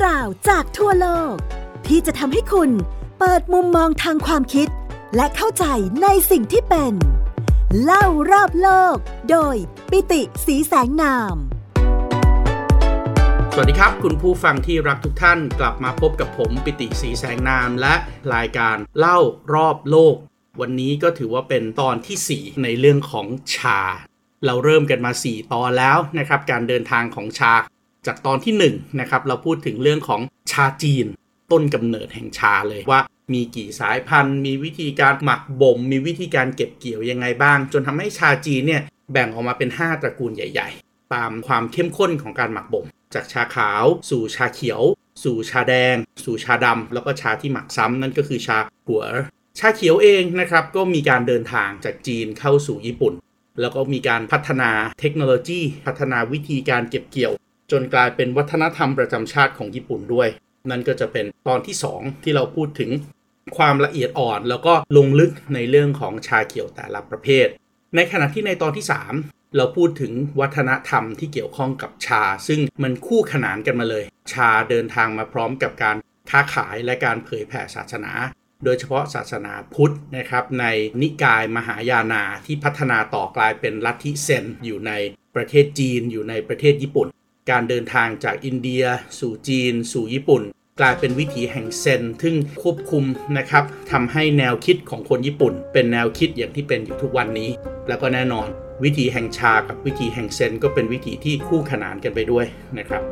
ราวจากทั่วโลกที่จะทำให้คุณเปิดมุมมองทางความคิดและเข้าใจในสิ่งที่เป็นเล่ารอบโลกโดยปิติศรีแสงนามสวัสดีครับคุณผู้ฟังที่รักทุกท่านกลับมาพบกับผมปิติศรีแสงนามและรายการเล่ารอบโลกวันนี้ก็ถือว่าเป็นตอนที่4ในเรื่องของชาเราเริ่มกันมา4ตอนแล้วนะครับการเดินทางของชาจากตอนที่1นะครับเราพูดถึงเรื่องของชาจีนต้นกำเนิดแห่งชาเลยว่ามีกี่สายพันธุ์มีวิธีการหมักบ่มมีวิธีการเก็บเกี่ยวยังไงบ้างจนทำให้ชาจีนเนี่ยแบ่งออกมาเป็น5ตระกูลใหญ่ๆตามความเข้มข้นของการหมักบ่มจากชาขาวสู่ชาเขียวสู่ชาแดงสู่ชาดำแล้วก็ชาที่หมักซ้ำนั่นก็คือชาหัวชาเขียวเองนะครับก็มีการเดินทางจากจีนเข้าสู่ญี่ปุ่นแล้วก็มีการพัฒนาเทคโนโลยีพัฒนาวิธีการเก็บเกี่ยวจนกลายเป็นวัฒนธรรมประจำชาติของญี่ปุ่นด้วยนั่นก็จะเป็นตอนที่2ที่เราพูดถึงความละเอียดอ่อนแล้วก็ลงลึกในเรื่องของชาเขียวแต่ละประเภทในขณะที่ในตอนที่3เราพูดถึงวัฒนธรรมที่เกี่ยวข้องกับชาซึ่งมันคู่ขนานกันมาเลยชาเดินทางมาพร้อมกับการค้าขายและการเผยแผ่ศาสนาโดยเฉพาะศาสนาพุทธนะครับในนิกายมหายานาที่พัฒนาต่อกลายเป็นลัทธิเซนอยู่ในประเทศจีนอยู่ในประเทศญี่ปุ่นการเดินทางจากอินเดียสู่จีนสู่ญี่ปุ่นกลายเป็นวิถีแห่งเซนซึ่งควบคุมนะครับทำให้แนวคิดของคนญี่ปุ่นเป็นแนวคิดอย่างที่เป็นอยู่ทุกวันนี้แล้วก็แน่นอนวิถีแห่งชากับวิถีแห่งเซนก็เป็นวิถีที่คู่ขนานกันไปด้วยนะครับ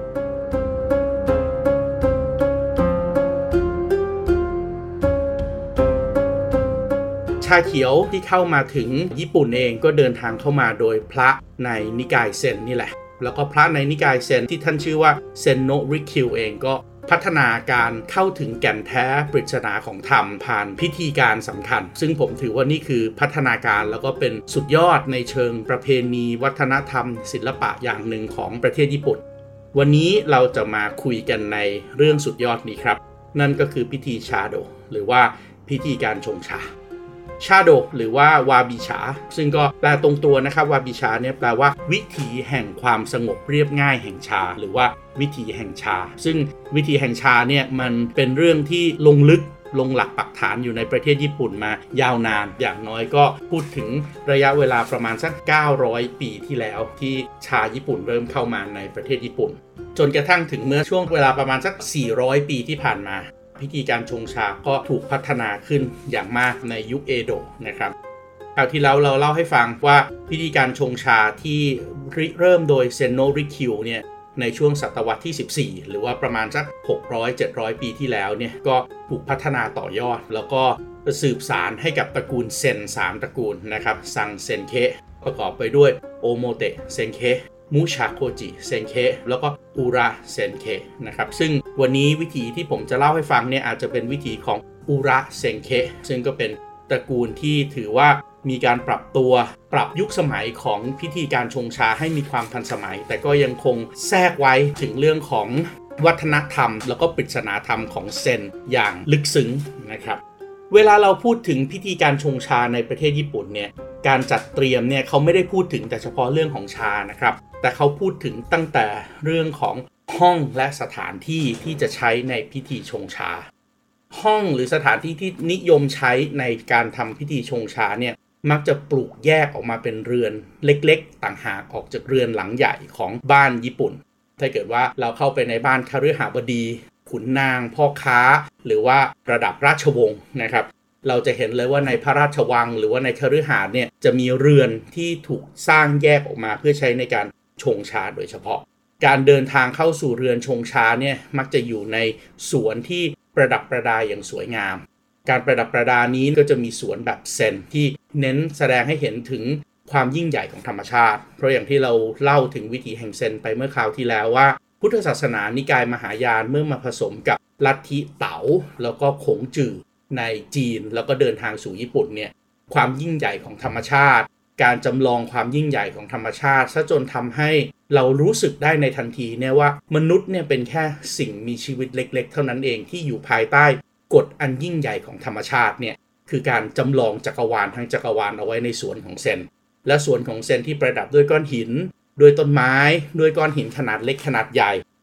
ชาเขียวที่เข้ามาถึงญี่ปุ่นเองก็เดินทางเข้ามาโดยพระในนิกายเซนนี่แหละแล้วก็พระในนิกายเซนที่ท่านชื่อว่าเซนโนริคิวเองก็พัฒนาการเข้าถึงแก่นแท้ปริศนาของธรรมผ่านพิธีการสำคัญซึ่งผมถือว่านี่คือพัฒนาการแล้วก็เป็นสุดยอดในเชิงประเพณีวัฒนธรรมศิลปะอย่างหนึ่งของประเทศญี่ปุ่นวันนี้เราจะมาคุยกันในเรื่องสุดยอดนี้ครับนั่นก็คือพิธีชาโดหรือว่าพิธีการชงชาชาโดหรือว่าวาบิชาซึ่งก็แปลตรงตัวนะครับวาบิชาเนี่ยแปลว่าวิถีแห่งความสงบเรียบง่ายแห่งชาหรือว่าวิถีแห่งชาซึ่งวิถีแห่งชาเนี่ยมันเป็นเรื่องที่ลงลึกลงหลักปักฐานอยู่ในประเทศญี่ปุ่นมายาวนานอย่างน้อยก็พูดถึงระยะเวลาประมาณสัก900ปีที่แล้วที่ชาญี่ปุ่นเริ่มเข้ามาในประเทศญี่ปุ่นจนกระทั่งถึงเมื่อช่วงเวลาประมาณสัก400ปีที่ผ่านมาพิธีการชงชาก็ถูกพัฒนาขึ้นอย่างมากในยุคเอโดะนะครับคราวที่แล้วเราเล่าให้ฟังว่าพิธีการชงชาที่เริ่มโดยเซนโนริคิวเนี่ยในช่วงศตวรรษที่14หรือว่าประมาณสัก600-700 ปีที่แล้วเนี่ยก็ถูกพัฒนาต่อยอดแล้วก็สืบสานให้กับตระกูลเซน3ตระกูลนะครับซังเซนเคะประกอบไปด้วยโอโมเตะเซนเคะมูชาโคจิเซนเคะแล้วก็อุระเซนเคะนะครับซึ่งวันนี้วิธีที่ผมจะเล่าให้ฟังเนี่ยอาจจะเป็นวิธีของอุระเซนเคะซึ่งก็เป็นตระกูลที่ถือว่ามีการปรับตัวปรับยุคสมัยของพิธีการชงชาให้มีความทันสมัยแต่ก็ยังคงแทรกไว้ถึงเรื่องของวัฒนธรรมแล้วก็ปริศนาธรรมของเซนอย่างลึกซึ้งนะครับเวลาเราพูดถึงพิธีการชงชาในประเทศญี่ปุ่นเนี่ยการจัดเตรียมเนี่ยเขาไม่ได้พูดถึงแต่เฉพาะเรื่องของชานะครับแต่เขาพูดถึงตั้งแต่เรื่องของห้องและสถานที่ที่จะใช้ในพิธีชงชาห้องหรือสถานที่ที่นิยมใช้ในการทำพิธีชงชาเนี่ยมักจะปลูกแยกออกมาเป็นเรือนเล็กๆต่างหากออกจากเรือนหลังใหญ่ของบ้านญี่ปุ่นถ้าเกิดว่าเราเข้าไปในบ้านคฤหบดีขุนนางพ่อค้าหรือว่าระดับราชวงศ์นะครับเราจะเห็นเลยว่าในพระราชวังหรือว่าในคฤหาสน์เนี่ยจะมีเรือนที่ถูกสร้างแยกออกมาเพื่อใช้ในการชงชาโดยเฉพาะการเดินทางเข้าสู่เรือนชงชาเนี่ยมักจะอยู่ในสวนที่ประดับประดาอย่างสวยงามการประดับประดานี้ก็จะมีสวนแบบเซนที่เน้นแสดงให้เห็นถึงความยิ่งใหญ่ของธรรมชาติเพราะอย่างที่เราเล่าถึงวิถีแห่งเซนไปเมื่อคราวที่แล้วว่าพุทธศาสนานิกายมหายานเมื่อมาผสมกับลัทธิเต๋าแล้วก็ขงจื่อในจีนแล้วก็เดินทางสู่ญี่ปุ่นเนี่ยความยิ่งใหญ่ของธรรมชาติการจำลองความยิ่งใหญ่ของธรรมชาติซะจนทำให้เรารู้สึกได้ในทันทีเนี่ยว่ามนุษย์เนี่ยเป็นแค่สิ่งมีชีวิตเล็กๆเท่านั้นเองที่อยู่ภายใต้กฎอันยิ่งใหญ่ของธรรมชาติเนี่ยคือการจำลองจักรวาลทั้งจักรวาลเอาไว้ในสวนของเซนและสวนของเซนที่ประดับด้วยก้อนหินด้วยต้นไม้ด้วยก้อนหินขนาดเล็กขนาดใหญ่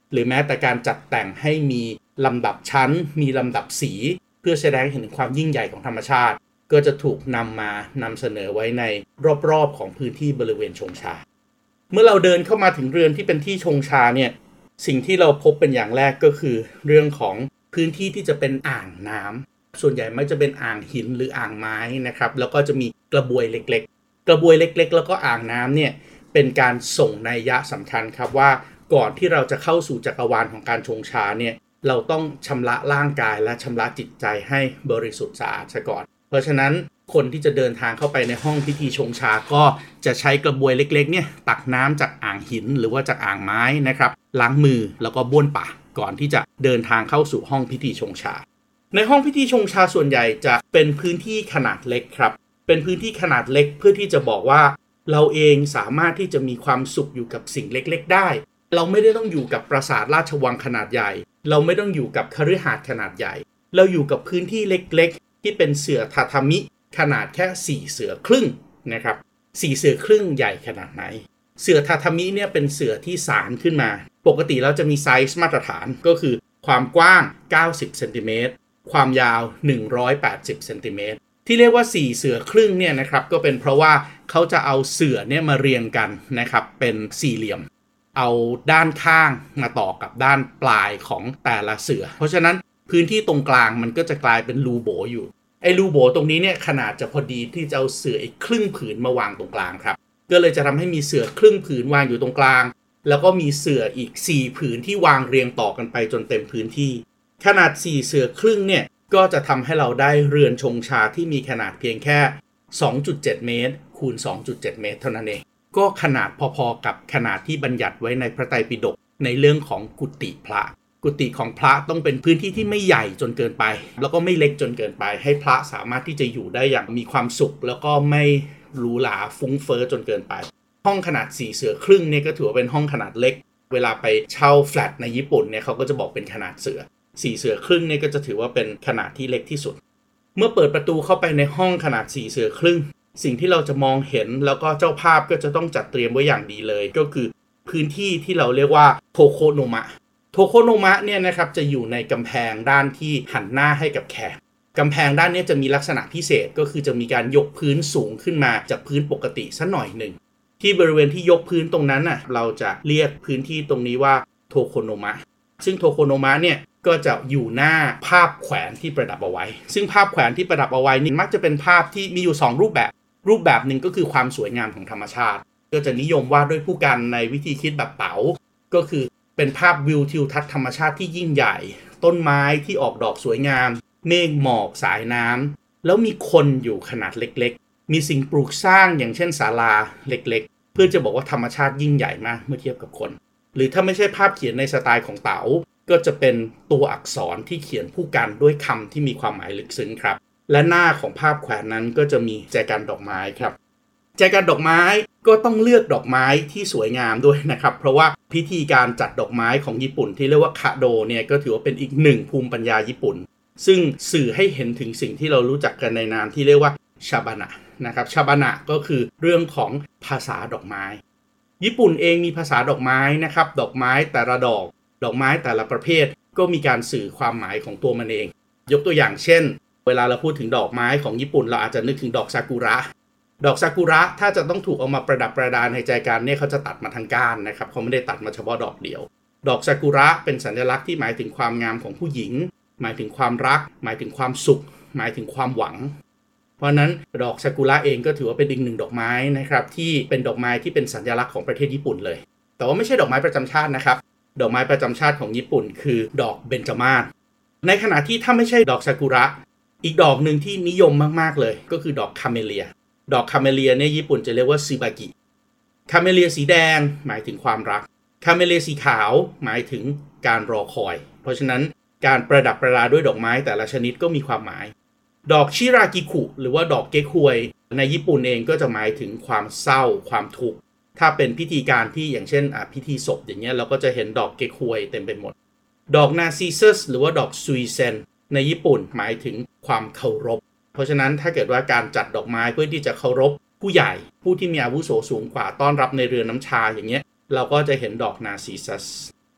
หรือแม้แต่การจัดแต่งให้มีลำดับชั้นมีลำดับสีเพื่อแสดงให้เห็นถึงความยิ่งใหญ่ของธรรมชาติก็จะถูกนำเสนอไว้ในรอบๆของพื้นที่บริเวณชงชาเมื่อเราเดินเข้ามาถึงเรือนที่เป็นที่ชงชาเนี่ยสิ่งที่เราพบเป็นอย่างแรกก็คือเรื่องของพื้นที่ที่จะเป็นอ่างน้ำส่วนใหญ่ไม่จะเป็นอ่างหินหรืออ่างไม้นะครับแล้วก็จะมีกระบวยเล็กๆแล้วก็อ่างน้ำเนี่ยเป็นการส่งนัยยะสำคัญครับว่าก่อนที่เราจะเข้าสู่จักรวาลของการชงชาเนี่ยเราต้องชำระร่างกายและชำระจิตใจให้บริสุทธิ์สะอาดซะก่อนเพราะฉะนั้นคนที่จะเดินทางเข้าไปในห้องพิธีชงชาก็จะใช้กระบวยเล็กๆเนี่ยตักน้ำจากอ่างหินหรือว่าจากอ่างไม้นะครับล้างมือแล้วก็บ้วนปากก่อนที่จะเดินทางเข้าสู่ห้องพิธีชงชาในห้องพิธีชงชาส่วนใหญ่จะเป็นพื้นที่ขนาดเล็กครับเป็นพื้นที่ขนาดเล็กเพื่อที่จะบอกว่าเราเองสามารถที่จะมีความสุขอยู่กับสิ่งเล็กๆได้เราไม่ได้ต้องอยู่กับปราสาทราชวังขนาดใหญ่เราไม่ต้องอยู่กับคฤหาสน์ขนาดใหญ่เราอยู่กับพื้นที่เล็กๆที่เป็นเสื่อทาทามิขนาดแค่4เสื่อครึ่งนะครับ4เสื่อครึ่งใหญ่ขนาดไหนเสื่อทาทามิเนี่ยเป็นเสื่อที่สานขึ้นมาปกติแล้วจะมีไซส์มาตรฐานก็คือความกว้าง90เซนติเมตรความยาว180เซนติเมตรที่เรียกว่า4เสื่อครึ่งเนี่ยนะครับก็เป็นเพราะว่าเขาจะเอาเสื่อเนี่ยมาเรียงกันนะครับเป็นสี่เหลี่ยมเอาด้านข้างมาต่อกับด้านปลายของแต่ละเสื่อเพราะฉะนั้นพื้นที่ตรงกลางมันก็จะกลายเป็นรูโบอยู่ไอ้รูโบตรงนี้เนี่ยขนาดจะพอดีที่จะเอาเสื่ออีกครึ่งผืนมาวางตรงกลางครับก็เลยจะทำให้มีเสื่อครึ่งผืนวางอยู่ตรงกลางแล้วก็มีเสื่ออีก4ผืนที่วางเรียงต่อกันไปจนเต็มพื้นที่ขนาด4เสื่อครึ่งเนี่ยก็จะทำให้เราได้เรือนชงชาที่มีขนาดเพียงแค่ 2.7 เมตรคูณ 2.7 เมตรเท่านั้นเองก็ขนาดพอๆกับขนาดที่บัญญัติไว้ในพระไตรปิฎกในเรื่องของกุฏิพระกุฏิของพระต้องเป็นพื้นที่ที่ไม่ใหญ่จนเกินไปแล้วก็ไม่เล็กจนเกินไปให้พระสามารถที่จะอยู่ได้อย่างมีความสุขแล้วก็ไม่หรูหราฟุ้งเฟ้อจนเกินไปห้องขนาด4เสื่อครึ่งเนี่ยก็ถือว่าเป็นห้องขนาดเล็กเวลาไปเช่าแฟลตในญี่ปุ่นเนี่ยเขาก็จะบอกเป็นขนาดเสื่อ4เสื่อครึ่งเนี่ยก็จะถือว่าเป็นขนาดที่เล็กที่สุดเมื่อเปิดประตูเข้าไปในห้องขนาด4เสื่อครึ่งสิ่งที่เราจะมองเห็นแล้วก็เจ้าภาพก็จะต้องจัดเตรียมไว้อย่างดีเลยก็คือพื้นที่ที่เราเรียกว่าโทโคโนมะโทโคโนมะเนี่ยนะครับจะอยู่ในกำแพงด้านที่หันหน้าให้กับแขกกำแพงด้านนี้จะมีลักษณะพิเศษก็คือจะมีการยกพื้นสูงขึ้นมาจากพื้นปกติสักหน่อยหนึ่งที่บริเวณที่ยกพื้นตรงนั้นน่ะเราจะเรียกพื้นที่ตรงนี้ว่าโทโคโนมะซึ่งโทโคโนมะเนี่ยก็จะอยู่หน้าภาพแขวนที่ประดับเอาไว้ซึ่งภาพแขวนที่ประดับเอาไว้นี่มักจะเป็นภาพที่มีอยู่2รูปแบบหนึ่งก็คือความสวยงามของธรรมชาติก็จะนิยมวาดด้วยผู้กันในวิธีคิดแบบเต๋าก็คือเป็นภาพวิวทิวทัศน์ธรรมชาติที่ยิ่งใหญ่ต้นไม้ที่ออกดอกสวยงามเมฆหมอกสายน้ำแล้วมีคนอยู่ขนาดเล็กๆมีสิ่งปลูกสร้างอย่างเช่นศาลาเล็กๆเพื่อจะบอกว่าธรรมชาติยิ่งใหญ่มากเมื่อเทียบกับคนหรือถ้าไม่ใช่ภาพเขียนในสไตล์ของเต๋าก็จะเป็นตัวอักษรที่เขียนผู้กันด้วยคำที่มีความหมายลึกซึ้งครับและหน้าของภาพแขวนนั้นก็จะมีแจกันดอกไม้ครับแจกันดอกไม้ก็ต้องเลือกดอกไม้ที่สวยงามด้วยนะครับเพราะว่าพิธีการจัดดอกไม้ของญี่ปุ่นที่เรียกว่าคาโดเนี่ยก็ถือว่าเป็นอีกหนึ่งภูมิปัญญาญี่ปุ่นซึ่งสื่อให้เห็นถึงสิ่งที่เรารู้จักกันในนามที่เรียกว่าชาบานะนะครับชาบานะก็คือเรื่องของภาษาดอกไม้ญี่ปุ่นเองมีภาษาดอกไม้นะครับดอกไม้แต่ละดอกไม้แต่ละประเภทก็มีการสื่อความหมายของตัวมันเองยกตัวอย่างเช่นเวลาเราพูดถึงดอกไม้ของญี่ปุ่นเราอาจจะนึกถึงดอกซากุระดอกซากุระถ้าจะต้องถูกเอามาประดับประดาในใจกันเนี่ยเขาจะตัดมาทั้งก้านนะครับเขาไม่ได้ตัดมาเฉพาะดอกเดียวดอกซากุระเป็นสัญลักษณ์ที่หมายถึงความงามของผู้หญิงหมายถึงความรักหมายถึงความสุขหมายถึงความหวังเพราะนั้นดอกซากุระเองก็ถือว่าเป็นอีกหนึ่งดอกไม้นะครับที่เป็นดอกไม้ที่เป็นสัญลักษณ์ของประเทศญี่ปุ่นเลยแต่ว่าไม่ใช่ดอกไม้ประจำชาตินะครับดอกไม้ประจำชาติของญี่ปุ่นคือดอกเบญจมาศในขณะที่ถ้าไม่ใช่ดอกซากุระอีกดอกหนึ่งที่นิยมมากๆเลยก็คือดอกคาเมเลียดอกคาเมเลียเนี่ยญี่ปุ่นจะเรียกว่าซึบากิคาเมเลียสีแดงหมายถึงความรักคาเมเลียสีขาวหมายถึงการรอคอยเพราะฉะนั้นการประดับประดาด้วยดอกไม้แต่ละชนิดก็มีความหมายดอกชิรากิคุหรือว่าดอกเก๊กฮวยในญี่ปุ่นเองก็จะหมายถึงความเศร้าความทุกข์ถ้าเป็นพิธีการที่อย่างเช่นพิธีศพอย่างเงี้ยเราก็จะเห็นดอกเก๊กฮวยเต็มไปหมดดอกนาร์ซิสซัสหรือว่าดอกซุยเซนในญี่ปุ่นหมายถึงความเคารพเพราะฉะนั้นถ้าเกิดว่าการจัดดอกไม้เพื่อที่จะเคารพผู้ใหญ่ผู้ที่มีอาวุโสสูงกว่าต้อนรับในเรือน้ำชาอย่างเงี้ยเราก็จะเห็นดอกนาร์ซิสซัส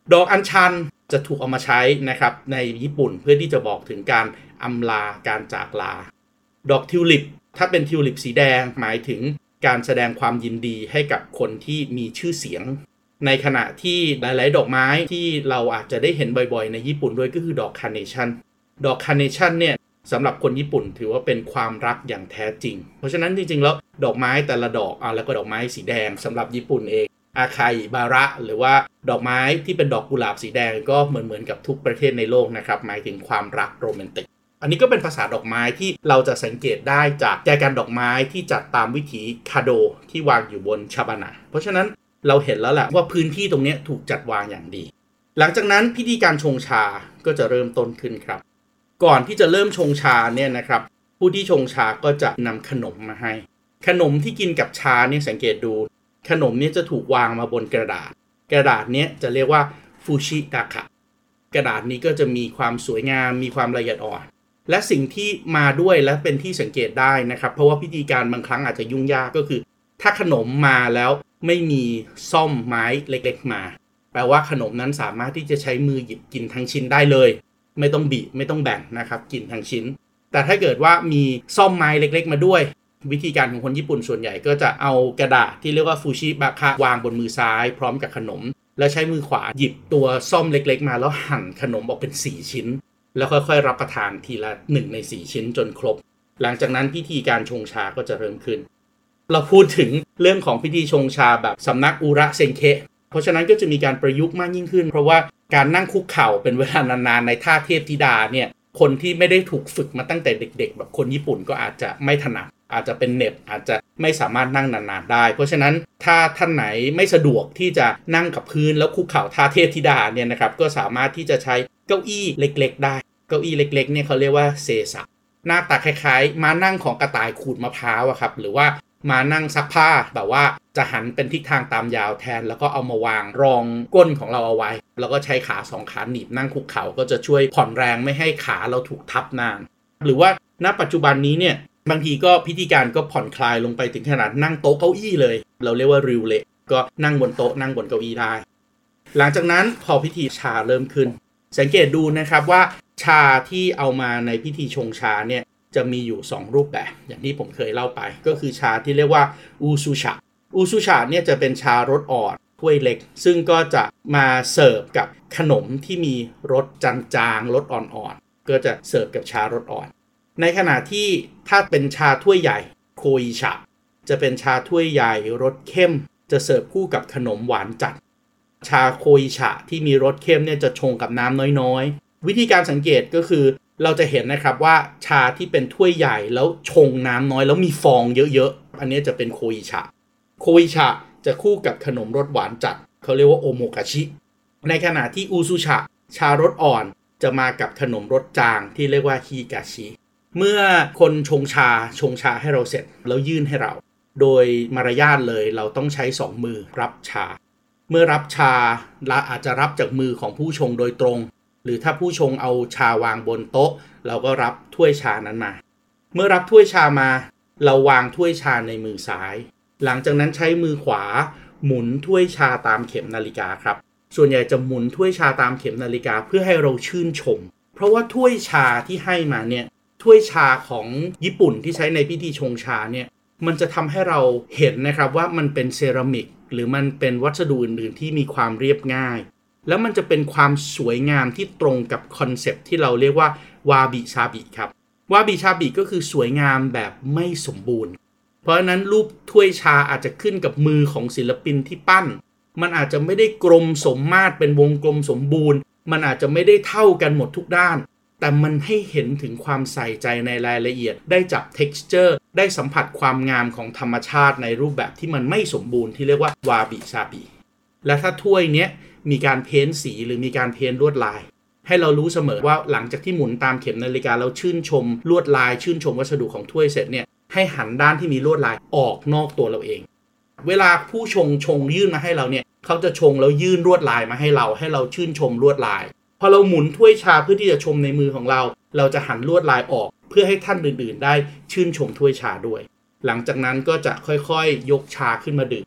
ดอกอัญชันจะถูกเอามาใช้นะครับในญี่ปุ่นเพื่อที่จะบอกถึงการอำลาการจากลาดอกทิวลิปถ้าเป็นทิวลิปสีแดงหมายถึงการแสดงความยินดีให้กับคนที่มีชื่อเสียงในขณะที่หลายๆดอกไม้ที่เราอาจจะได้เห็นบ่อยๆในญี่ปุ่นด้วยก็คือดอกคาร์เนชั่นดอกคาร์เนชั่นเนี่ยสำหรับคนญี่ปุ่นถือว่าเป็นความรักอย่างแท้จริงเพราะฉะนั้นจริงๆแล้วดอกไม้แต่ละดอกแล้วก็ดอกไม้สีแดงสำหรับญี่ปุ่นเองอาคาอิบาระหรือว่าดอกไม้ที่เป็นดอกกุหลาบสีแดงก็เหมือนกับทุกประเทศในโลกนะครับหมายถึงความรักโรแมนติกอันนี้ก็เป็นภาษาดอกไม้ที่เราจะสังเกตได้จากแจกันดอกไม้ที่จัดตามวิถีคาโดที่วางอยู่บนชาบานะเพราะฉะนั้นเราเห็นแล้วแหละว่าพื้นที่ตรงนี้ถูกจัดวางอย่างดีหลังจากนั้นพิธีการชงชาก็จะเริ่มต้นขึ้นครับก่อนที่จะเริ่มชงชาเนี่ยนะครับผู้ที่ชงชาก็จะนำขนมมาให้ขนมที่กินกับชาเนี่ยสังเกตดูขนมเนี่ยจะถูกวางมาบนกระดาษนี้จะเรียกว่าฟูชิดาคะกระดาษนี้ก็จะมีความสวยงามมีความละเอียดอ่อนและสิ่งที่มาด้วยและเป็นที่สังเกตได้นะครับเพราะว่าพิธีการบางครั้งอาจจะยุ่งยากก็คือถ้าขนมมาแล้วไม่มีซ่อมไม้เล็กๆมาแปลว่าขนมนั้นสามารถที่จะใช้มือหยิบกินทั้งชิ้นได้เลยไม่ต้องบีบไม่ต้องแบ่งนะครับกินทั้งชิ้นแต่ถ้าเกิดว่ามีซ่อมไม้เล็กๆมาด้วยวิธีการของคนญี่ปุ่นส่วนใหญ่ก็จะเอากระดาษที่เรียกว่าฟูชิบะคะวางบนมือซ้ายพร้อมกับขนมแล้วใช้มือขวาหยิบตัวซ่อมเล็กๆมาแล้วหั่นขนมออกเป็น4ชิ้นแล้วค่อยๆรับประทานทีละ1ใน4ชิ้นจนครบหลังจากนั้นพิธีการชงชาก็จะเริ่มขึ้นเราพูดถึงเรื่องของพิธีชงชาแบบสำนักอุระเซนเคะเพราะฉะนั้นก็จะมีการประยุกต์มากยิ่งขึ้นเพราะว่าการนั่งคุกเข่าเป็นเวลานานๆในท่าเทพธิดาเนี่ยคนที่ไม่ได้ถูกฝึกมาตั้งแต่เด็กๆแบบคนญี่ปุ่นก็อาจจะไม่ถนัดอาจจะเป็นเหน็บอาจจะไม่สามารถนั่งนานๆได้เพราะฉะนั้นถ้าท่านไหนไม่สะดวกที่จะนั่งกับพื้นแล้วคุกเข่าท่าเทพธิดาเนี่ยนะครับก็สามารถที่จะใช้เก้าอี้เล็กๆได้เก้าอี้เล็กๆเนี่ยเขาเรียกว่าเซซะหน้าตาคล้ายๆม้านั่งของกระต่ายขูดมะพร้าวครับหรือว่ามานั่งซักผ้าแต่ว่าจะหันเป็นทิศทางตามยาวแทนแล้วก็เอามาวางรองก้นของเราเอาไว้แล้วก็ใช้ขา2ขาหนีบนั่งคุกเข่าก็จะช่วยผ่อนแรงไม่ให้ขาเราถูกทับนานหรือว่าณปัจจุบันนี้เนี่ยบางทีก็พิธีการก็ผ่อนคลายลงไปถึงขนาดนั่งโต๊ะเก้าอี้เลยเราเรียกว่าริวเละก็นั่งบนโต๊ะนั่งบนเก้าอี้ได้หลังจากนั้นพอพิธีชาเริ่มขึ้นสังเกตดูนะครับว่าชาที่เอามาในพิธีชงชาเนี่ยจะมีอยู่2รูปแบบอย่างที่ผมเคยเล่าไปก็คือชาที่เรียกว่าอูซุชะเนี่ยจะเป็นชารสอ่อนถ้วยเล็กซึ่งก็จะมาเสิร์ฟกับขนมที่มีรสจางๆรสอ่อนๆก็จะเสิร์ฟกับชารสอ่อนในขณะที่ถ้าเป็นชาถ้วยใหญ่โคอิชะจะเป็นชาถ้วยใหญ่รสเข้มจะเสิร์ฟคู่กับขนมหวานจัดชาโคอิชะที่มีรสเข้มเนี่ยจะชงกับน้ำน้อยๆวิธีการสังเกตก็คือเราจะเห็นนะครับว่าชาที่เป็นถ้วยใหญ่แล้วชงน้ำน้อยแล้วมีฟองเยอะๆอันนี้จะเป็นโคอิชะจะคู่กับขนมรสหวานจัดเขาเรียกว่าโอโมกาชิในขณะที่อูซุชะชารสอ่อนจะมากับขนมรสจางที่เรียกว่าฮิกาชิเมื่อคนชงชาให้เราเสร็จแล้วยื่นให้เราโดยมารยาทเลยเราต้องใช้2มือรับชาเมื่อรับชาเราอาจจะรับจากมือของผู้ชงโดยตรงหรือถ้าผู้ชงเอาชาวางบนโต๊ะเราก็รับถ้วยชานั้นมาเมื่อรับถ้วยชามาเราวางถ้วยชาในมือซ้ายหลังจากนั้นใช้มือขวาหมุนถ้วยชาตามเข็มนาฬิกาครับส่วนใหญ่จะหมุนถ้วยชาตามเข็มนาฬิกาเพื่อให้เราชื่นชมเพราะว่าถ้วยชาที่ให้มาเนี่ยถ้วยชาของญี่ปุ่นที่ใช้ในพิธีชงชาเนี่ยมันจะทำให้เราเห็นนะครับว่ามันเป็นเซรามิกหรือมันเป็นวัสดุอื่นๆที่มีความเรียบง่ายแล้วมันจะเป็นความสวยงามที่ตรงกับคอนเซปต์ที่เราเรียกว่าวาบิชาบิครับวาบิชาบิก็คือสวยงามแบบไม่สมบูรณ์เพราะฉะนั้นรูปถ้วยชาอาจจะขึ้นกับมือของศิลปินที่ปั้นมันอาจจะไม่ได้กลมสมมาตรเป็นวงกลมสมบูรณ์มันอาจจะไม่ได้เท่ากันหมดทุกด้านแต่มันให้เห็นถึงความใส่ใจในรายละเอียดได้จับ texture ได้สัมผัสความงามของธรรมชาติในรูปแบบที่มันไม่สมบูรณ์ที่เรียกว่าวาบิชาบิและถ้าถ้วยเนี้ยมีการเพ้นสีหรือมีการเพ้นลวดลายให้เรารู้เสมอว่าหลังจากที่หมุนตามเข็มนาฬิกาเราชื่นชมลวดลายชื่นชมวัสดุของถ้วยเสร็จเนี่ยให้หันด้านที่มีลวดลายออกนอกตัวเราเองเวลาผู้ชงยื่นมาให้เราเนี่ยเขาจะชงแล้วยื่นลวดลายมาให้เราชื่นชมลวดลายพอเราหมุนถ้วยชาเพื่อที่จะชมในมือของเราจะหันลวดลายออกเพื่อให้ท่านอื่นๆได้ชื่นชมถ้วยชาด้วยหลังจากนั้นก็จะค่อยๆยกชาขึ้นมาดื่ม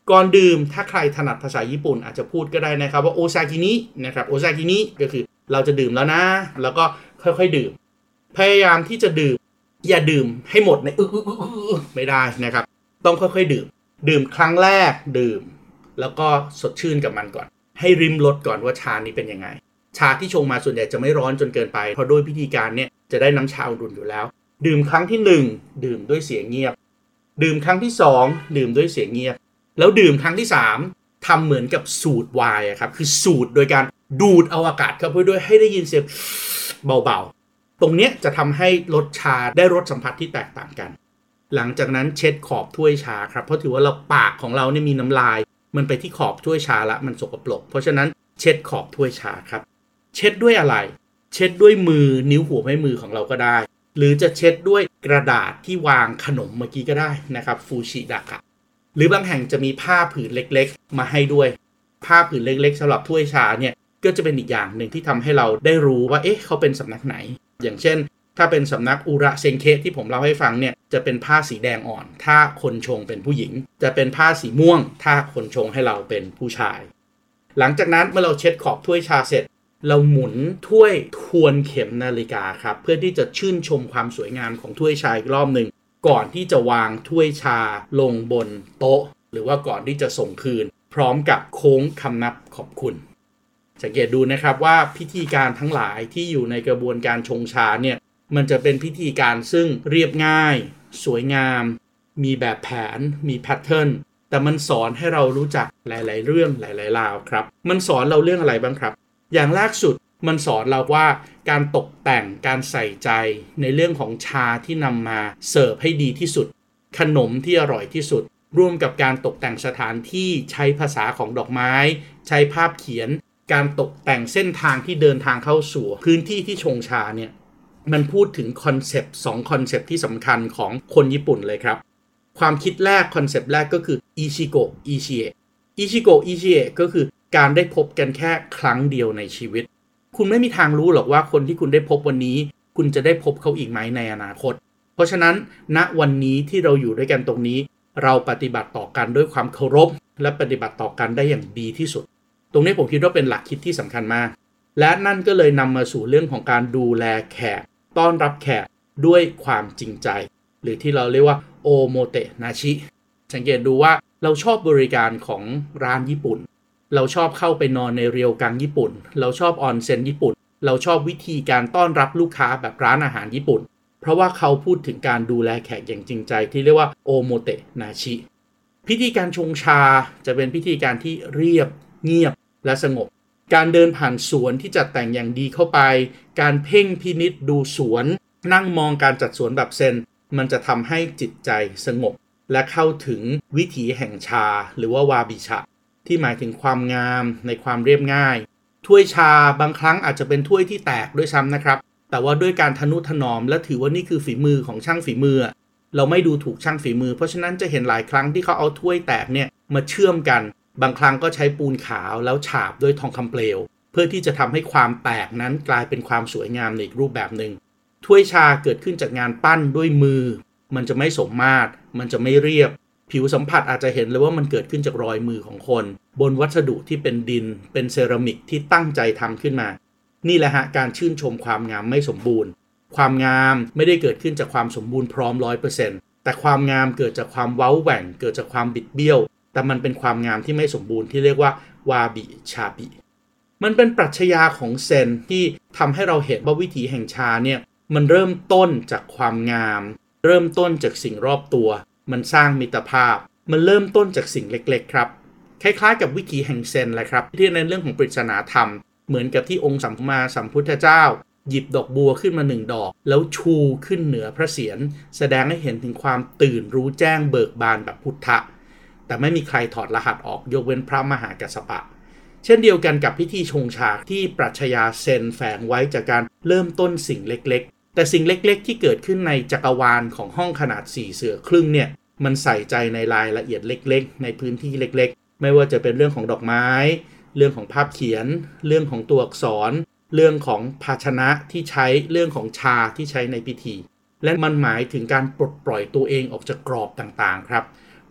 ก่อนดื่มถ้าใครถนัดภาษาญี่ปุ่นอาจจะพูดก็ได้นะครับว่าโอซากินินะครับโอซากินิก็คือเราจะดื่มแล้วนะแล้วก็ค่อยๆดื่มพยายามที่จะดื่มอย่าดื่มให้หมดในไม่ได้นะครับต้องค่อยๆดื่มครั้งแรกดื่มแล้วก็สดชื่นกับมันก่อนให้ริมรสก่อนว่าชานี้เป็นยังไงชาที่ชงมาส่วนใหญ่จะไม่ร้อนจนเกินไปเพราะโดยพิธีการเนี่ยจะได้น้ำชาอุ่นๆอยู่แล้วดื่มครั้งที่1ดื่มด้วยเสียงเงียบดื่มครั้งที่2ดื่มด้วยเสียงเงียบแล้วดื่มครั้งที่3ทำเหมือนกับสูดไวน์ครับคือสูดโดยการดูดเอาอากาศเข้าไปด้วยให้ได้ยินเสียงเบาๆตรงเนี้ยจะทำให้รสชาได้รสสัมผัสที่แตกต่างกันหลังจากนั้นเช็ดขอบถ้วยชาครับเพราะถือว่าเราปากของเราเนี่ยมีน้ำลายมันไปที่ขอบถ้วยชาละมันสกปรกเพราะฉะนั้นเช็ดขอบถ้วยชาครับเช็ดด้วยอะไรเช็ดด้วยมือนิ้วหัวแม่มือของเราก็ได้หรือจะเช็ดด้วยกระดาษที่วางขนมเมื่อกี้ก็ได้นะครับฟูชิดะค่ะหรือบางแห่งจะมีผ้าผืนเล็กๆมาให้ด้วยผ้าผืนเล็กๆสำหรับถ้วยชาเนี่ยก็จะเป็นอีกอย่างหนึ่งที่ทำให้เราได้รู้ว่าเขาเป็นสำนักไหนอย่างเช่นถ้าเป็นสำนักอุระเซนเคที่ผมเล่าให้ฟังเนี่ยจะเป็นผ้าสีแดงอ่อนถ้าคนชงเป็นผู้หญิงจะเป็นผ้าสีม่วงถ้าคนชงให้เราเป็นผู้ชายหลังจากนั้นเมื่อเราเช็ดขอบถ้วยชาเสร็จเราหมุนถ้วยทวนเข็มนาฬิกาครับเพื่อที่จะชื่นชมความสวยงามของถ้วยชาอีกรอบหนึ่งก่อนที่จะวางถ้วยชาลงบนโต๊ะหรือว่าก่อนที่จะส่งคืนพร้อมกับโค้งคำนับขอบคุณสังเกตดูนะครับว่าพิธีการทั้งหลายที่อยู่ในกระบวนการชงชาเนี่ยมันจะเป็นพิธีการซึ่งเรียบง่ายสวยงามมีแบบแผนมีแพทเทิร์นแต่มันสอนให้เรารู้จักหลายๆเรื่องหลายๆราวครับมันสอนเราเรื่องอะไรบ้างครับอย่างแรกสุดมันสอนเราว่าการตกแต่งการใส่ใจในเรื่องของชาที่นำมาเสิร์ฟให้ดีที่สุดขนมที่อร่อยที่สุดร่วมกับการตกแต่งสถานที่ใช้ภาษาของดอกไม้ใช้ภาพเขียนการตกแต่งเส้นทางที่เดินทางเข้าสู่พื้นที่ที่ชงชาเนี่ยมันพูดถึงคอนเซปต์2คอนเซปต์ที่สำคัญของคนญี่ปุ่นเลยครับความคิดแรกคอนเซปต์แรกก็คืออิชิโกะอิชิเอะอิชิโกะอิชิเอะก็คือการได้พบกันแค่ครั้งเดียวในชีวิตคุณไม่มีทางรู้หรอกว่าคนที่คุณได้พบวันนี้คุณจะได้พบเขาอีกไหมในอนาคตเพราะฉะนั้นณวันนี้ที่เราอยู่ด้วยกันตรงนี้เราปฏิบัติต่อกันด้วยความเคารพและปฏิบัติต่อกันได้อย่างดีที่สุดตรงนี้ผมคิดว่าเป็นหลักคิดที่สำคัญมากและนั่นก็เลยนำมาสู่เรื่องของการดูแลแขกต้อนรับแขกด้วยความจริงใจหรือที่เราเรียกว่าโอโมเตนาชิสังเกตดูว่าเราชอบบริการของร้านญี่ปุ่นเราชอบเข้าไปนอนในเรียวกังญี่ปุ่นเราชอบออนเซ็นญี่ปุ่นเราชอบวิธีการต้อนรับลูกค้าแบบร้านอาหารญี่ปุ่นเพราะว่าเขาพูดถึงการดูแลแขกอย่างจริงใจที่เรียกว่าโอโมเตนาชิพิธีการชงชาจะเป็นพิธีการที่เรียบเงียบและสงบการเดินผ่านสวนที่จัดแต่งอย่างดีเข้าไปการเพ่งพินิจดูสวนนั่งมองการจัดสวนแบบเซนมันจะทำให้จิตใจสงบและเข้าถึงวิถีแห่งชาหรือว่าวาบิชะที่หมายถึงความงามในความเรียบง่ายถ้วยชาบางครั้งอาจจะเป็นถ้วยที่แตกด้วยซ้ำนะครับแต่ว่าด้วยการทนุถนอมและถือว่านี่คือฝีมือของช่างฝีมือเราไม่ดูถูกช่างฝีมือเพราะฉะนั้นจะเห็นหลายครั้งที่เขาเอาถ้วยแตกเนี่ยมาเชื่อมกันบางครั้งก็ใช้ปูนขาวแล้วฉาบด้วยทองคำเปลวเพื่อที่จะทำให้ความแตกนั้นกลายเป็นความสวยงามในอีกรูปแบบหนึ่งถ้วยชาเกิดขึ้นจากงานปั้นด้วยมือมันจะไม่สมมาตรมันจะไม่เรียบผิวสัมผัสอาจจะเห็นเลยว่ามันเกิดขึ้นจากรอยมือของคนบนวัสดุที่เป็นดินเป็นเซรามิกที่ตั้งใจทำขึ้นมานี่แหละฮะการชื่นชมความงามไม่สมบูรณ์ความงามไม่ได้เกิดขึ้นจากความสมบูรณ์พร้อม 100% แต่ความงามเกิดจากความเว้าแหว่งเกิดจากความบิดเบี้ยวแต่มันเป็นความงามที่ไม่สมบูรณ์ที่เรียกว่าวาบิชาบิมันเป็นปรัชญาของเซนที่ทำให้เราเห็นว่าวิถีแห่งชาเนี่ยมันเริ่มต้นจากความงามเริ่มต้นจากสิ่งรอบตัวมันสร้างมิตรภาพมันเริ่มต้นจากสิ่งเล็กๆครับคล้ายๆกับวิถีแห่งเซนแหละครับที่ในเรื่องของปริศนาธรรมเหมือนกับที่องค์สัมมาสัมพุทธเจ้าหยิบดอกบัวขึ้นมา1ดอกแล้วชูขึ้นเหนือพระเศียรแสดงให้เห็นถึงความตื่นรู้แจ้งเบิกบานแบบพุทธะแต่ไม่มีใครถอดรหัสออกยกเว้นพระมหากัสสปะเช่นเดียวกันกับพิธีชงชาที่ปรัชญาเซนแฝงไว้จากการเริ่มต้นสิ่งเล็กๆแต่สิ่งเล็กๆที่เกิดขึ้นในจักรวาลของห้องขนาด4เสือครึ่งเนี่ยมันใส่ใจในรายละเอียดเล็กๆในพื้นที่เล็กๆไม่ว่าจะเป็นเรื่องของดอกไม้เรื่องของภาพเขียนเรื่องของตัวอักษรเรื่องของภาชนะที่ใช้เรื่องของชาที่ใช้ในพิธีและมันหมายถึงการปลดปล่อยตัวเองออกจากกรอบต่างๆครับ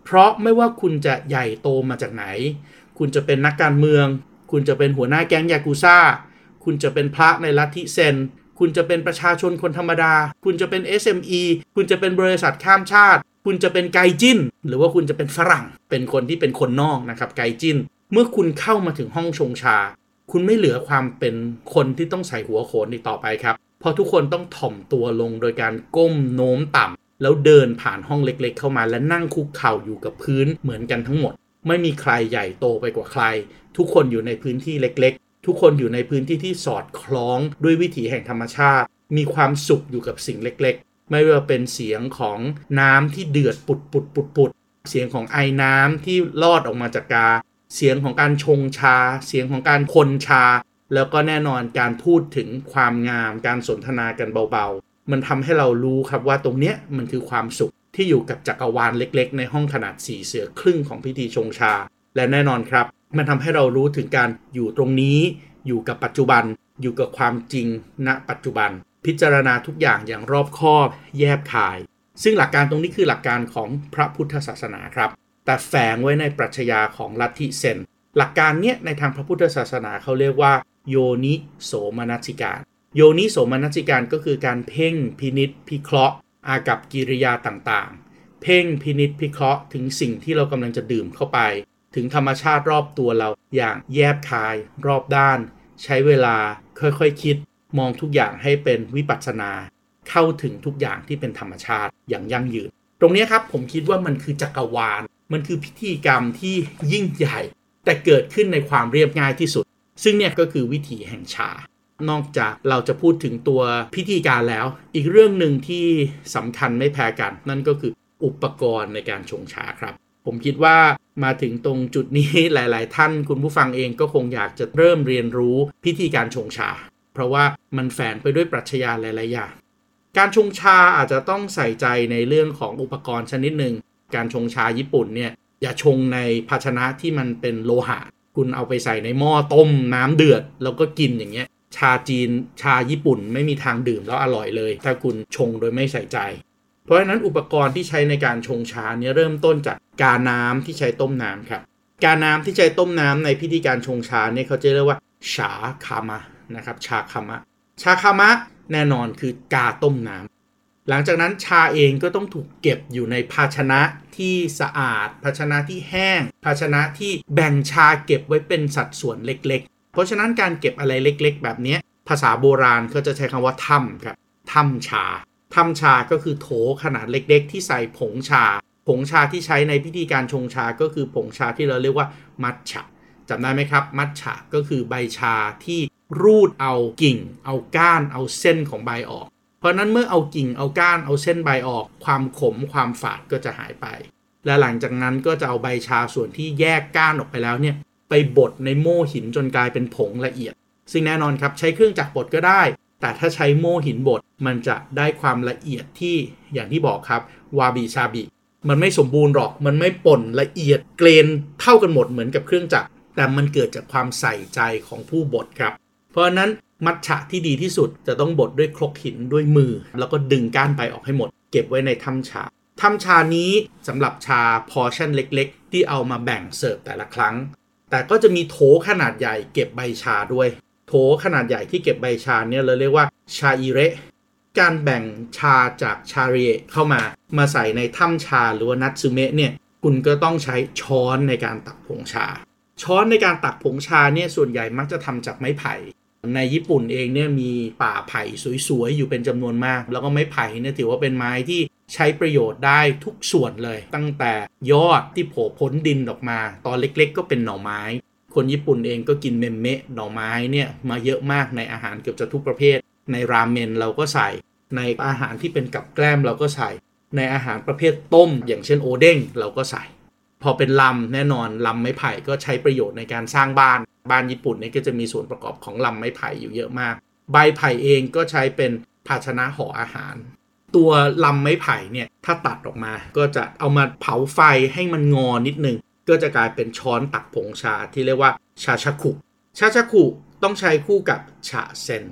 เพราะไม่ว่าคุณจะใหญ่โตมาจากไหนคุณจะเป็นนักการเมืองคุณจะเป็นหัวหน้าแก๊งยากุซ่าคุณจะเป็นพระในลัทธิเซนคุณจะเป็นประชาชนคนธรรมดาคุณจะเป็น SME คุณจะเป็นบริษัทข้ามชาติคุณจะเป็นไกจินหรือว่าคุณจะเป็นฝรั่งเป็นคนที่เป็นคนนอกนะครับไกจินเมื่อคุณเข้ามาถึงห้องชงชาคุณไม่เหลือความเป็นคนที่ต้องใส่หัวโขนอีกต่อไปครับเพราะทุกคนต้องถ่อมตัวลงโดยการก้มโน้มต่ำแล้วเดินผ่านห้องเล็กๆเข้ามาและนั่งคุกเข่าอยู่กับพื้นเหมือนกันทั้งหมดไม่มีใครใหญ่โตไปกว่าใครทุกคนอยู่ในพื้นที่เล็กๆทุกคนอยู่ในพื้นที่ที่สอดคล้องด้วยวิถีแห่งธรรมชาติมีความสุขอยู่กับสิ่งเล็กๆไม่ว่าเป็นเสียงของน้ำที่เดือดปุดเสียงของไอน้ำที่ลอดออกมาจากกาเสียงของการชงชาเสียงของการคนชาแล้วก็แน่นอนการพูดถึงความงามการสนทนากันเบาๆมันทำให้เรารู้ครับว่าตรงเนี้ยมันคือความสุขที่อยู่กับจักรวาลเล็กๆในห้องขนาด4เสือครึ่งของพิธีชงชาและแน่นอนครับมันทำให้เรารู้ถึงการอยู่ตรงนี้อยู่กับปัจจุบันอยู่กับความจริงณปัจจุบันพิจารณาทุกอย่างอย่างรอบคอบแยบคายซึ่งหลักการตรงนี้คือหลักการของพระพุทธศาสนาครับแต่แฝงไว้ในปรัชญาของลัทธิเซนหลักการเนี้ยในทางพระพุทธศาสนาเขาเรียกว่าโยนิโสมนสิการโยนิโสมนสิการก็คือการเพ่งพินิจพิเคราะห์อากัปกิริยาต่างๆเพ่งพินิจพิเคราะห์ถึงสิ่งที่เรากำลังจะดื่มเข้าไปถึงธรรมชาติรอบตัวเราอย่างแยบคายรอบด้านใช้เวลาค่อยๆคิดมองทุกอย่างให้เป็นวิปัสสนาเข้าถึงทุกอย่างที่เป็นธรรมชาติอย่างยั่งยืนตรงนี้ครับผมคิดว่ามันคือจักรวาลมันคือพิธีกรรมที่ยิ่งใหญ่แต่เกิดขึ้นในความเรียบง่ายที่สุดซึ่งเนี่ยก็คือวิถีแห่งชานอกจากเราจะพูดถึงตัวพิธีการแล้วอีกเรื่องหนึ่งที่สำคัญไม่แพ้กันนั่นก็คืออุปกรณ์ในการชงชาครับผมคิดว่ามาถึงตรงจุดนี้หลายๆท่านคุณผู้ฟังเองก็คงอยากจะเริ่มเรียนรู้พิธีการชงชาเพราะว่ามันแฝงไปด้วยปรัชญาหลายๆอย่างการชงชาอาจจะต้องใส่ใจในเรื่องของอุปกรณ์ชนิดหนึ่งการชงชาญี่ปุ่นเนี่ยอย่าชงในภาชนะที่มันเป็นโลหะคุณเอาไปใส่ในหม้อต้มน้ำเดือดแล้วก็กินอย่างเงี้ยชาจีนชาญี่ปุ่นไม่มีทางดื่มแล้วอร่อยเลยถ้าคุณชงโดยไม่ใส่ใจเพราะฉะนั้นอุปกรณ์ที่ใช้ในการชงชาเนี่ยเริ่มต้นจากกาน้ำที่ใช้ต้มน้ำครับกาน้ำที่ใช้ต้มน้ำในพิธีการชงชาเนี่ยเขาจะเรียกว่าชาคามะนะครับชาคามะแน่นอนคือกาต้มน้ำหลังจากนั้นชาเองก็ต้องถูกเก็บอยู่ในภาชนะที่สะอาดภาชนะที่แห้งภาชนะที่แบ่งชาเก็บไว้เป็นสัดส่วนเล็กๆเพราะฉะนั้นการเก็บอะไรเล็กๆแบบนี้ภาษาโบราณเขาจะใช้คำว่าถ้ำครับถ้ำชาก็คือโถขนาดเล็กๆที่ใส่ผงชาที่ใช้ในพิธีการชงชาก็คือผงชาที่เราเรียกว่ามัทฉะจำได้ไหมครับมัทฉะก็คือใบชาที่รูดเอากิ่งเอาก้านเอาเส้นของใบออกเพราะนั้นเมื่อเอากิ่งเอาก้านเอาเส้นใบออกความขมความฝาดก็จะหายไปและหลังจากนั้นก็จะเอาใบชาส่วนที่แยกก้านออกไปแล้วเนี่ยไปบดในโม่หินจนกลายเป็นผงละเอียดซึ่งแน่นอนครับใช้เครื่องจักรบดก็ได้แต่ถ้าใช้โม่หินบดมันจะได้ความละเอียดที่อย่างที่บอกครับวาบิซาบิมันไม่สมบูรณ์หรอกมันไม่ป่นละเอียดเกรนเท่ากันหมดเหมือนกับเครื่องจักรแต่มันเกิดจากความใส่ใจของผู้บดครับเพราะฉะนั้นมัทฉะที่ดีที่สุดจะต้องบดด้วยครกหินด้วยมือแล้วก็ดึงก้านใบออกให้หมดเก็บไว้ในถ้ำชานี้สำหรับชาพอร์ชั่นเล็กๆที่เอามาแบ่งเสิร์ฟแต่ละครั้งแต่ก็จะมีโถขนาดใหญ่เก็บใบชาด้วยโถขนาดใหญ่ที่เก็บใบชาเนี่ยเราเรียกว่าชาอิเระการแบ่งชาจากชาเรียเข้ามาใส่ในถ้ำชาหรือว่านัตสึเมะเนี่ยคุณก็ต้องใช้ช้อนในการตักผงชาช้อนในการตักผงชาเนี่ยส่วนใหญ่มักจะทำจากไม้ไผ่ในญี่ปุ่นเองเนี่ยมีป่าไผ่สวยๆอยู่เป็นจำนวนมากแล้วก็ไม้ไผ่เนี่ยถือว่าเป็นไม้ที่ใช้ประโยชน์ได้ทุกส่วนเลยตั้งแต่ยอดที่โผล่พ้นดินออกมาตอนเล็กๆก็เป็นหน่อไม้คนญี่ปุ่นเองก็กินเมมเมะหน่อไม้เนี่ยมาเยอะมากในอาหารเกือบจะทุกประเภทในราเมนเราก็ใส่ในอาหารที่เป็นกับแกล้มเราก็ใส่ในอาหารประเภทต้มอย่างเช่นโอเด้งเราก็ใส่พอเป็นลำแน่นอนลำไม้ไผ่ก็ใช้ประโยชน์ในการสร้างบ้านญี่ปุ่นเนี่ยก็จะมีส่วนประกอบของลำไม้ไผ่อยู่เยอะมากใบไผ่เองก็ใช้เป็นภาชนะห่ออาหารตัวลำไม้ไผ่เนี่ยถ้าตัดออกมาก็จะเอามาเผาไฟให้มันงอนิดนึงก็จะกลายเป็นช้อนตักผงชาที่เรียกว่าชาชักุต้องใช้คู่กับชาเซนครับ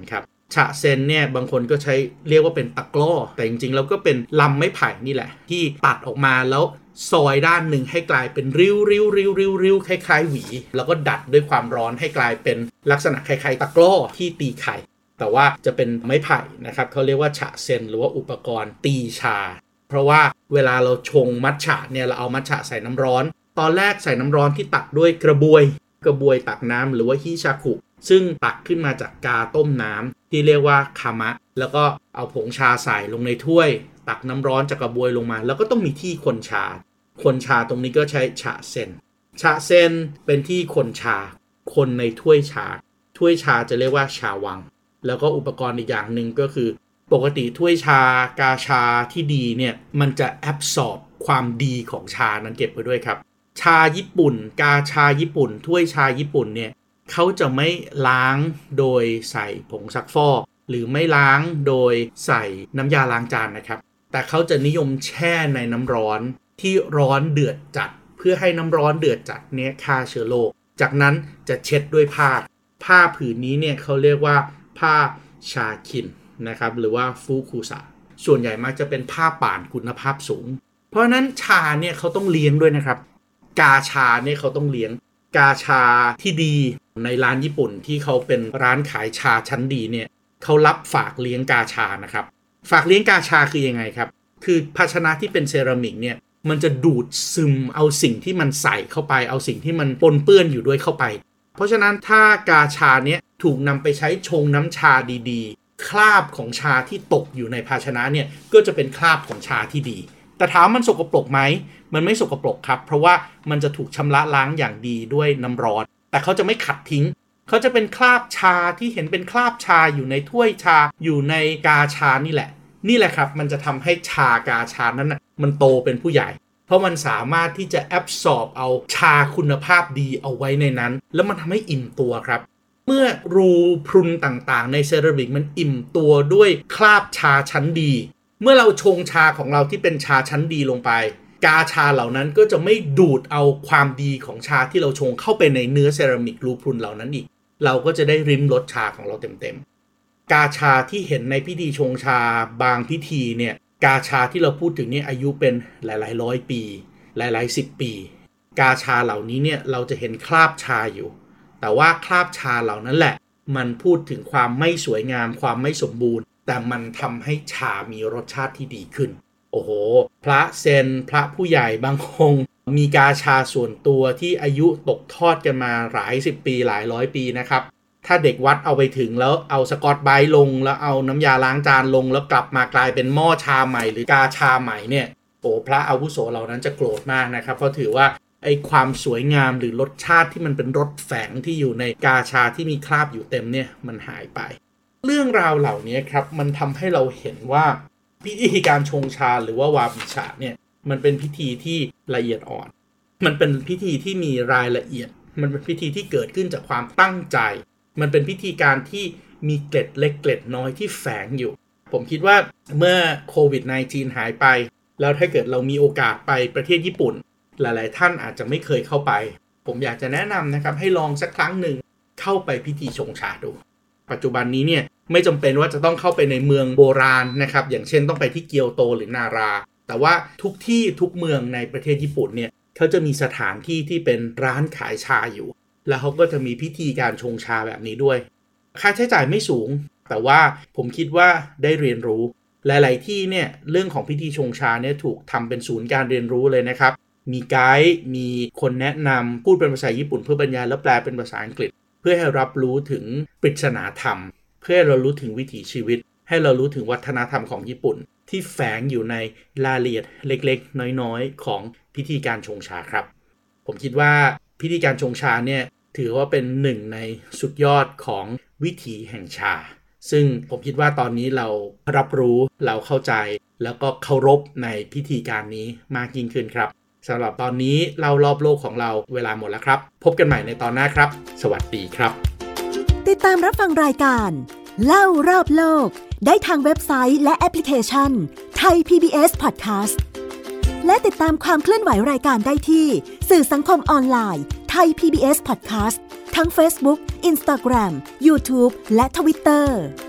ฉะเซนเนี่ยบางคนก็ใช้เรียกว่าเป็นตะกร้อแต่จริงๆแล้วก็เป็นลำไม้ไผ่นี่แหละที่ตัดออกมาแล้วซอยด้านหนึ่งให้กลายเป็นริ้วๆคล้ายๆหวีแล้วก็ดัดด้วยความร้อนให้กลายเป็นลักษณะคล้ายๆตะกร้อที่ตีไข่แต่ว่าจะเป็นไม้ไผ่นะครับเขาเรียกว่าฉะเซนหรือว่าอุปกรณ์ตีชาเพราะว่าเวลาเราชงมัทฉะเนี่ยเราเอามัทฉะใส่น้ำร้อนตอนแรกใส่น้ำร้อนที่ตักด้วยกระบวยตักน้ำหรือว่าฮิชาคุซึ่งตักขึ้นมาจากกาต้มน้ำที่เรียกว่าคามะแล้วก็เอาผงชาใส่ลงในถ้วยตักน้ำร้อนจากกระบวยลงมาแล้วก็ต้องมีที่คนชาตรงนี้ก็ใช้ฉะเซนเป็นที่คนชาคนในถ้วยชาจะเรียกว่าชาวังแล้วก็อุปกรณ์อีกอย่างหนึ่งก็คือปกติถ้วยชากาชาที่ดีเนี่ยมันจะแอบซอร์บความดีของชานั้นเก็บไว้ด้วยครับชาญี่ปุ่นกาชาญี่ปุ่นถ้วยชาญี่ปุ่นเนี่ยเขาจะไม่ล้างโดยใส่ผงซักฟอกหรือไม่ล้างโดยใส่น้ำยาล้างจานนะครับแต่เขาจะนิยมแช่ในน้ำร้อนที่ร้อนเดือดจัดเพื่อให้น้ำร้อนเดือดจัดเนี่ยฆ่าเชื้อโรคจากนั้นจะเช็ดด้วยผ้าผืนนี้เนี่ยเขาเรียกว่าผ้าชาคินนะครับหรือว่าฟูคุสะส่วนใหญ่มักจะเป็นผ้าป่านคุณภาพสูงเพราะนั้นชาเนี่ยเขาต้องเลี้ยงด้วยนะครับกาชาเนี่ยเขาต้องเลี้ยงกาชาที่ดีในร้านญี่ปุ่นที่เขาเป็นร้านขายชาชั้นดีเนี่ยเขารับฝากเลี้ยงกาชานะครับฝากเลี้ยงกาชาคือยังไงครับคือภาชนะที่เป็นเซรามิกเนี่ยมันจะดูดซึมเอาสิ่งที่มันใส่เข้าไปเอาสิ่งที่มันปนเปื้อนอยู่ด้วยเข้าไปเพราะฉะนั้นถ้ากาชาเนี้ยถูกนำไปใช้ชงน้ำชาดีๆคราบของชาที่ตกอยู่ในภาชนะเนี่ยก็จะเป็นคราบของชาที่ดีแต่ถามมันสกปรกไหมมันไม่สกปรกครับเพราะว่ามันจะถูกชำระล้างอย่างดีด้วยน้ำร้อนแต่เขาจะไม่ขัดทิ้งเขาจะเป็นคราบชาที่เห็นเป็นคราบชาอยู่ในถ้วยชาอยู่ในกาชานี่แหละครับมันจะทำให้ชากาชานั้นนะมันโตเป็นผู้ใหญ่เพราะมันสามารถที่จะแอบซอร์บเอาชาคุณภาพดีเอาไว้ในนั้นแล้วมันทำให้อิ่มตัวครับเมื่อรูพรุนต่างๆในเซรามิกมันอิ่มตัวด้วยคราบชาชั้นดีเมื่อเราชงชาของเราที่เป็นชาชั้นดีลงไปกาชาเหล่านั้นก็จะไม่ดูดเอาความดีของชาที่เราชงเข้าไปในเนื้อเซรามิกรูพรุนเหล่านั้นอีกเราก็จะได้ริมรสชาของเราเต็มๆกาชาที่เห็นในพิธีชงชาบางพิธีเนี่ยกาชาที่เราพูดถึงนี่อายุเป็นหลายๆร้อยปีหลายๆ10ปีกาชาเหล่านี้เนี่ยเราจะเห็นคราบชาอยู่แต่ว่าคราบชาเหล่านั้นแหละมันพูดถึงความไม่สวยงามความไม่สมบูรณ์แต่มันทำให้ชามีรสชาติที่ดีขึ้นโอ้โหพระเซนพระผู้ใหญ่บางองค์มีกาชาส่วนตัวที่อายุตกทอดกันมาหลาย10ปีหลายร้อยปีนะครับถ้าเด็กวัดเอาไปถึงแล้วเอาสกอตไบรท์ลงแล้วเอาน้ำยาล้างจานลงแล้วกลับมากลายเป็นหม้อชาใหม่หรือกาชาใหม่เนี่ยโอ้พระอาวุโสเหล่านั้นจะโกรธมากนะครับเพราะถือว่าไอ้ความสวยงามหรือรสชาติที่มันเป็นรสแฝงที่อยู่ในกาชาที่มีคราบอยู่เต็มเนี่ยมันหายไปเรื่องราวเหล่านี้ครับมันทำให้เราเห็นว่าพิธีการชงชาหรือว่าวาบิชะเนี่ยมันเป็นพิธีที่ละเอียดอ่อนมันเป็นพิธีที่มีรายละเอียดมันเป็นพิธีที่เกิดขึ้นจากความตั้งใจมันเป็นพิธีการที่มีเกล็ดเล็กเกล็ดน้อยที่แฝงอยู่ผมคิดว่าเมื่อโควิด -19 หายไปแล้วถ้าเกิดเรามีโอกาสไปประเทศญี่ปุ่นหลายๆท่านอาจจะไม่เคยเข้าไปผมอยากจะแนะนำนะครับให้ลองสักครั้งหนึ่งเข้าไปพิธีชงชาดูปัจจุบันนี้เนี่ยไม่จำเป็นว่าจะต้องเข้าไปในเมืองโบราณนะครับอย่างเช่นต้องไปที่เกียวโตหรือนาราแต่ว่าทุกที่ทุกเมืองในประเทศญี่ปุ่นเนี่ยเขาจะมีสถานที่ที่เป็นร้านขายชาอยู่แล้วเขาก็จะมีพิธีการชงชาแบบนี้ด้วยค่าใช้จ่ายไม่สูงแต่ว่าผมคิดว่าได้เรียนรู้หลายๆที่เนี่ยเรื่องของพิธีชงชาเนี่ยถูกทำเป็นศูนย์การเรียนรู้เลยนะครับมีไกด์มีคนแนะนำพูดเป็นภาษาญี่ปุ่นเพื่อบรรยายแล้วแปลเป็นภาษาอังกฤษเพื่อให้รับรู้ถึงปริศนาธรรมเพื่อให้เรารู้ถึงวิถีชีวิตให้เรารู้ถึงวัฒนธรรมของญี่ปุ่นที่แฝงอยู่ในรายละเอียดเล็กๆน้อยๆของพิธีการชงชาครับผมคิดว่าพิธีการชงชาเนี่ยถือว่าเป็นหนึ่งในสุดยอดของวิถีแห่งชาซึ่งผมคิดว่าตอนนี้เรารับรู้เราเข้าใจแล้วก็เคารพในพิธีการนี้มากยิ่งขึ้นครับสำหรับตอนนี้เล่ารอบโลกของเราเวลาหมดแล้วครับพบกันใหม่ในตอนหน้าครับสวัสดีครับติดตามรับฟังรายการเล่ารอบโลกได้ทางเว็บไซต์และแอปพลิเคชัน Thai PBS Podcast และติดตามความเคลื่อนไหวรายการได้ที่สื่อสังคมออนไลน์ Thai PBS Podcast ทั้ง Facebook, Instagram, YouTube และ Twitter